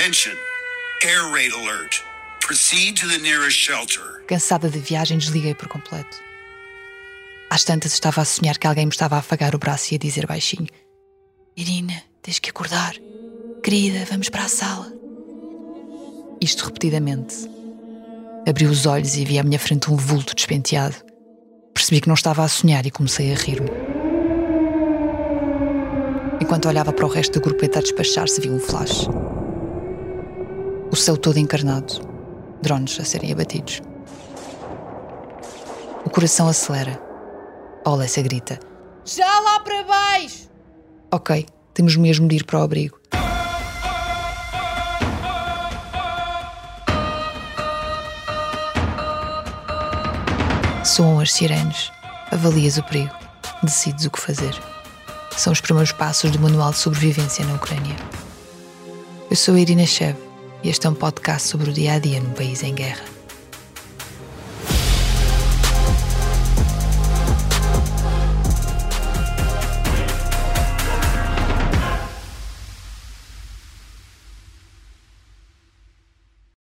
Attention. Air raid alert. Proceed to the nearest shelter. Cansada de viagem, desliguei por completo. Às tantas estava a sonhar que alguém me estava a afagar o braço e a dizer baixinho: Irina, tens que acordar. Querida, vamos para a sala. Isto repetidamente. Abri os olhos e vi à minha frente um vulto despenteado. Percebi que não estava a sonhar e comecei a rir-me. Enquanto olhava para o resto do grupeta a despachar-se, vi um flash. O céu todo encarnado. Drones a serem abatidos. O coração acelera. A Olessa grita: Já lá para baixo! Ok, temos mesmo de ir para o abrigo. Soam as sirenes. Avalias o perigo. Decides o que fazer. São os primeiros passos do Manual de Sobrevivência na Ucrânia. Eu sou a Irina Shev e este é um podcast sobre o dia-a-dia num país em guerra.